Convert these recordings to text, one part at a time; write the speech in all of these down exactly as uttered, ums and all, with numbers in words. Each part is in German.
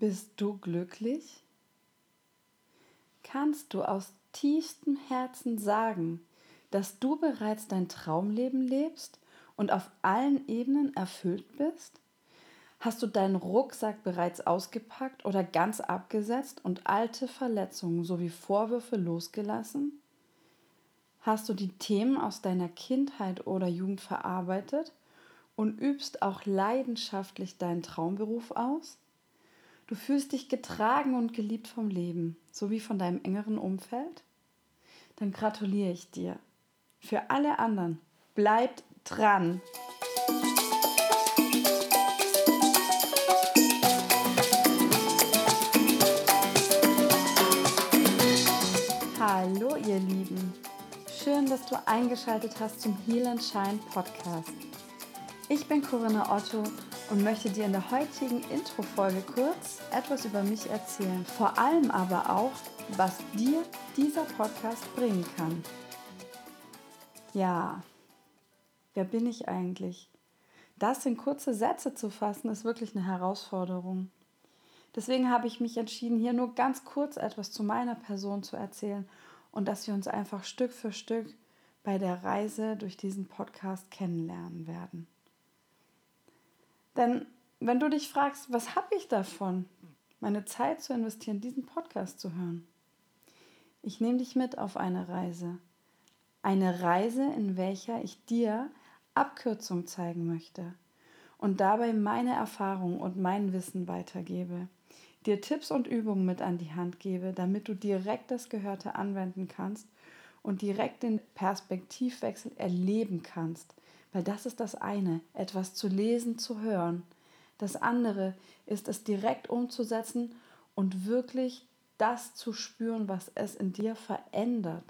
Bist du glücklich? Kannst du aus tiefstem Herzen sagen, dass du bereits dein Traumleben lebst und auf allen Ebenen erfüllt bist? Hast du deinen Rucksack bereits ausgepackt oder ganz abgesetzt und alte Verletzungen sowie Vorwürfe losgelassen? Hast du die Themen aus deiner Kindheit oder Jugend verarbeitet und übst auch leidenschaftlich deinen Traumberuf aus? Du fühlst dich getragen und geliebt vom Leben, sowie von deinem engeren Umfeld? Dann gratuliere ich dir. Für alle anderen, bleibt dran! Hallo ihr Lieben, schön, dass du eingeschaltet hast zum Heal and Shine Podcast. Ich bin Corinna Otto und möchte dir in der heutigen Intro-Folge kurz etwas über mich erzählen. Vor allem aber auch, was dir dieser Podcast bringen kann. Ja, wer bin ich eigentlich? Das in kurze Sätze zu fassen, ist wirklich eine Herausforderung. Deswegen habe ich mich entschieden, hier nur ganz kurz etwas zu meiner Person zu erzählen und dass wir uns einfach Stück für Stück bei der Reise durch diesen Podcast kennenlernen werden. Denn wenn du dich fragst, was habe ich davon, meine Zeit zu investieren, diesen Podcast zu hören? Ich nehme dich mit auf eine Reise. Eine Reise, in welcher ich dir Abkürzung zeigen möchte und dabei meine Erfahrung und mein Wissen weitergebe, dir Tipps und Übungen mit an die Hand gebe, damit du direkt das Gehörte anwenden kannst und direkt den Perspektivwechsel erleben kannst. Weil das ist das eine, etwas zu lesen, zu hören. Das andere ist es direkt umzusetzen und wirklich das zu spüren, was es in dir verändert.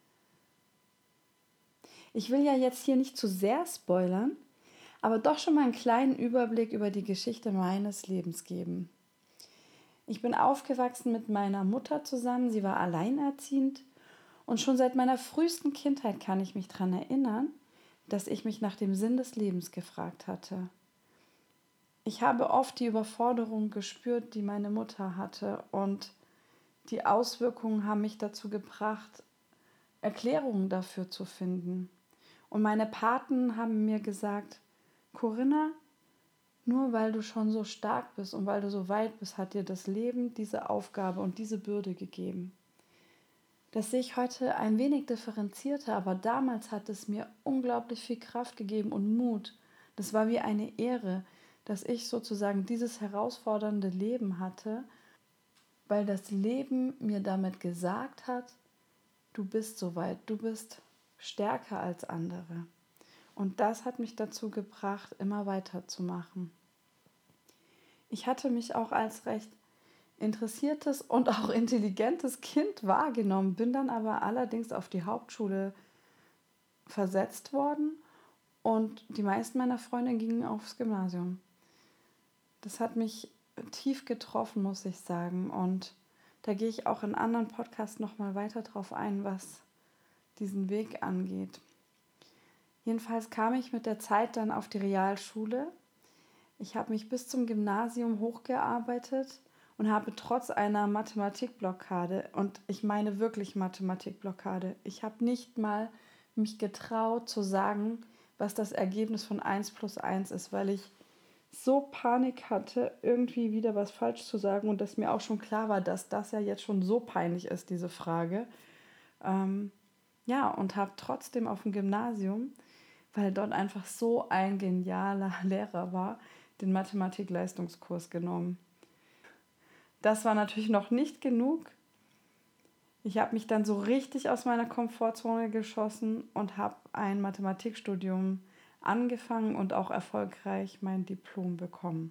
Ich will ja jetzt hier nicht zu sehr spoilern, aber doch schon mal einen kleinen Überblick über die Geschichte meines Lebens geben. Ich bin aufgewachsen mit meiner Mutter zusammen, sie war alleinerziehend und schon seit meiner frühesten Kindheit kann ich mich daran erinnern, dass ich mich nach dem Sinn des Lebens gefragt hatte. Ich habe oft die Überforderung gespürt, die meine Mutter hatte, und die Auswirkungen haben mich dazu gebracht, Erklärungen dafür zu finden. Und meine Paten haben mir gesagt, Corinna, nur weil du schon so stark bist und weil du so weit bist, hat dir das Leben diese Aufgabe und diese Bürde gegeben. Das sehe ich heute ein wenig differenzierter, aber damals hat es mir unglaublich viel Kraft gegeben und Mut. Das war wie eine Ehre, dass ich sozusagen dieses herausfordernde Leben hatte, weil das Leben mir damit gesagt hat, du bist soweit, du bist stärker als andere. Und das hat mich dazu gebracht, immer weiterzumachen. Ich hatte mich auch als recht interessiertes und auch intelligentes Kind wahrgenommen, bin dann aber allerdings auf die Hauptschule versetzt worden und die meisten meiner Freunde gingen aufs Gymnasium. Das hat mich tief getroffen, muss ich sagen, und da gehe ich auch in anderen Podcasts nochmal weiter drauf ein, was diesen Weg angeht. Jedenfalls kam ich mit der Zeit dann auf die Realschule. Ich habe mich bis zum Gymnasium hochgearbeitet und habe trotz einer Mathematikblockade, und ich meine wirklich Mathematikblockade, ich habe nicht mal mich getraut zu sagen, was das Ergebnis von eins plus eins ist, weil ich so Panik hatte, irgendwie wieder was falsch zu sagen und dass mir auch schon klar war, dass das ja jetzt schon so peinlich ist, diese Frage. Ähm, ja, und habe trotzdem auf dem Gymnasium, weil dort einfach so ein genialer Lehrer war, den Mathematik-Leistungskurs genommen. Das war natürlich noch nicht genug. Ich habe mich dann so richtig aus meiner Komfortzone geschossen und habe ein Mathematikstudium angefangen und auch erfolgreich mein Diplom bekommen.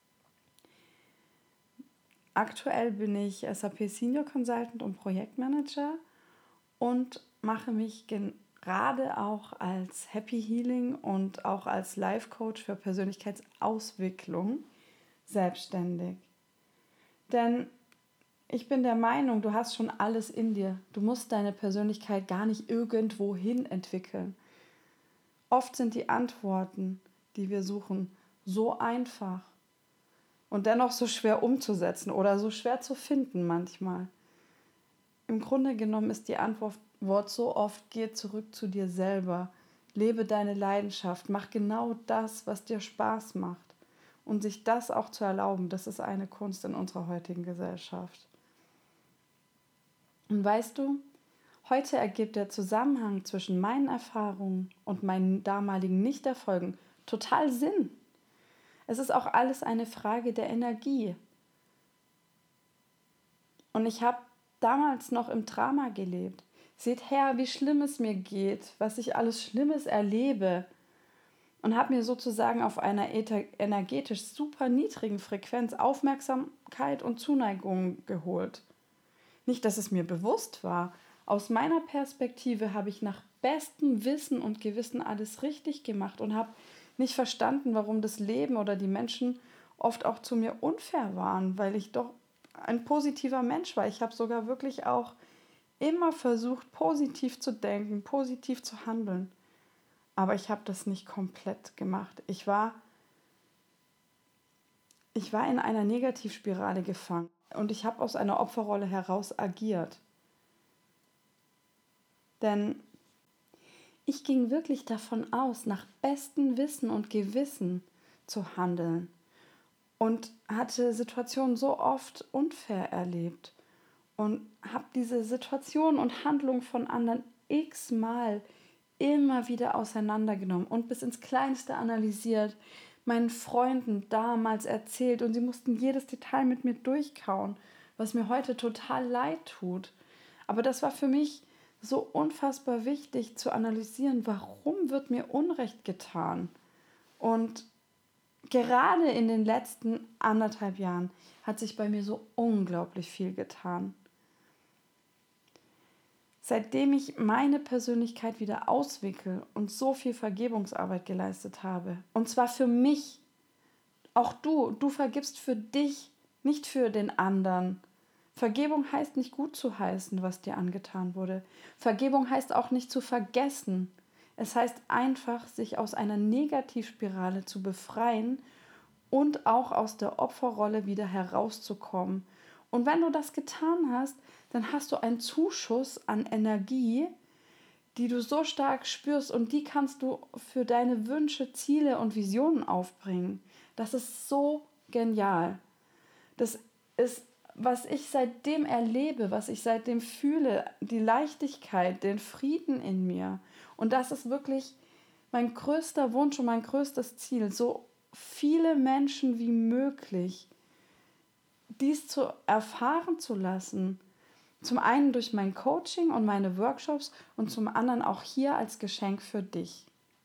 Aktuell bin ich S A P Senior Consultant und Projektmanager und mache mich gerade auch als Happy Healing und auch als Life Coach für Persönlichkeitsauswicklung selbstständig. Denn ich bin der Meinung, du hast schon alles in dir. Du musst deine Persönlichkeit gar nicht irgendwohin entwickeln. Oft sind die Antworten, die wir suchen, so einfach. und dennoch so schwer umzusetzen oder so schwer zu finden manchmal? Im Grunde genommen ist die Antwort so oft: Geh zurück zu dir selber, lebe deine Leidenschaft, mach genau das, was dir Spaß macht. Und sich das auch zu erlauben, das ist eine Kunst in unserer heutigen Gesellschaft. Und weißt du, heute ergibt der Zusammenhang zwischen meinen Erfahrungen und meinen damaligen Nichterfolgen total Sinn. Es ist auch alles eine Frage der Energie. Und ich habe damals noch im Drama gelebt. Seht her, wie schlimm es mir geht, was ich alles Schlimmes erlebe. Und habe mir sozusagen auf einer energetisch super niedrigen Frequenz Aufmerksamkeit und Zuneigung geholt. Nicht, dass es mir bewusst war. Aus meiner Perspektive habe ich nach bestem Wissen und Gewissen alles richtig gemacht und habe nicht verstanden, warum das Leben oder die Menschen oft auch zu mir unfair waren, weil ich doch ein positiver Mensch war. Ich habe sogar wirklich auch immer versucht, positiv zu denken, positiv zu handeln. Aber ich habe das nicht komplett gemacht. Ich war, ich war in einer Negativspirale gefangen und ich habe aus einer Opferrolle heraus agiert. Denn ich ging wirklich davon aus, nach bestem Wissen und Gewissen zu handeln und hatte Situationen so oft unfair erlebt und habe diese Situation und Handlung von anderen x-mal immer wieder auseinandergenommen und bis ins Kleinste analysiert, meinen Freunden damals erzählt und sie mussten jedes Detail mit mir durchkauen, was mir heute total leid tut. Aber das war für mich so unfassbar wichtig zu analysieren, warum wird mir Unrecht getan? Und gerade in den letzten anderthalb Jahren hat sich bei mir so unglaublich viel getan. Seitdem ich meine Persönlichkeit wieder auswickle und so viel Vergebungsarbeit geleistet habe, und zwar für mich, auch du, du vergibst für dich, nicht für den anderen. Vergebung heißt nicht gut zu heißen, was dir angetan wurde. Vergebung heißt auch nicht zu vergessen. Es heißt einfach, sich aus einer Negativspirale zu befreien und auch aus der Opferrolle wieder herauszukommen. Und wenn du das getan hast, dann hast du einen Zuschuss an Energie, die du so stark spürst und die kannst du für deine Wünsche, Ziele und Visionen aufbringen. Das ist so genial. Das ist, was ich seitdem erlebe, was ich seitdem fühle, die Leichtigkeit, den Frieden in mir. Und das ist wirklich mein größter Wunsch und mein größtes Ziel, so viele Menschen wie möglich dies zu erfahren zu lassen. Zum einen durch mein Coaching und meine Workshops und zum anderen auch hier als Geschenk für dich.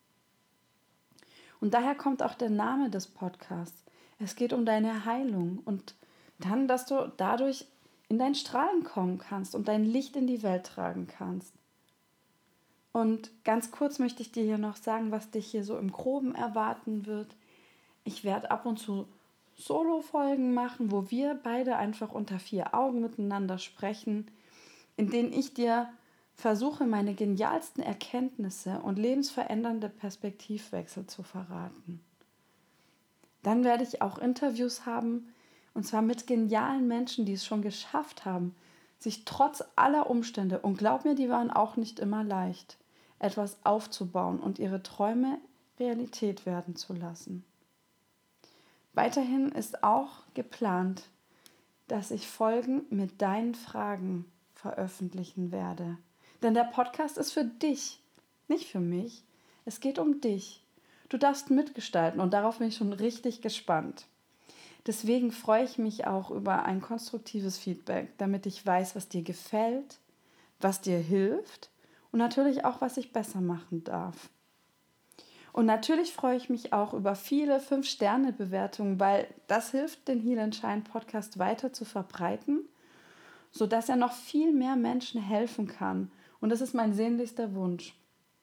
Und daher kommt auch der Name des Podcasts. Es geht um deine Heilung und dann, dass du dadurch in dein Strahlen kommen kannst und dein Licht in die Welt tragen kannst. Und ganz kurz möchte ich dir hier noch sagen, was dich hier so im Groben erwarten wird. Ich werde ab und zu Solo-Folgen machen, wo wir beide einfach unter vier Augen miteinander sprechen, in denen ich dir versuche, meine genialsten Erkenntnisse und lebensverändernde Perspektivwechsel zu verraten. Dann werde ich auch Interviews haben, und zwar mit genialen Menschen, die es schon geschafft haben, sich trotz aller Umstände, und glaub mir, die waren auch nicht immer leicht, etwas aufzubauen und ihre Träume Realität werden zu lassen. Weiterhin ist auch geplant, dass ich Folgen mit deinen Fragen veröffentlichen werde. Denn der Podcast ist für dich, nicht für mich. Es geht um dich. Du darfst mitgestalten und darauf bin ich schon richtig gespannt. Deswegen freue ich mich auch über ein konstruktives Feedback, damit ich weiß, was dir gefällt, was dir hilft und natürlich auch, was ich besser machen darf. Und natürlich freue ich mich auch über viele fünf Sterne Bewertungen, weil das hilft, den Heal and Shine Podcast weiter zu verbreiten, sodass er noch viel mehr Menschen helfen kann. Und das ist mein sehnlichster Wunsch.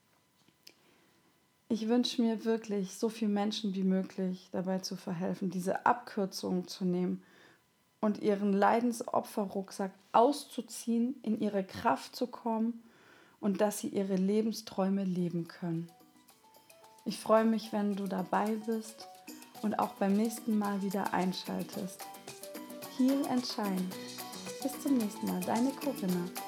Ich wünsche mir wirklich, so vielen Menschen wie möglich dabei zu verhelfen, diese Abkürzungen zu nehmen und ihren Leidensopferrucksack auszuziehen, in ihre Kraft zu kommen und dass sie ihre Lebensträume leben können. Ich freue mich, wenn du dabei bist und auch beim nächsten Mal wieder einschaltest. Heal and Shine. Bis zum nächsten Mal, deine Corinna.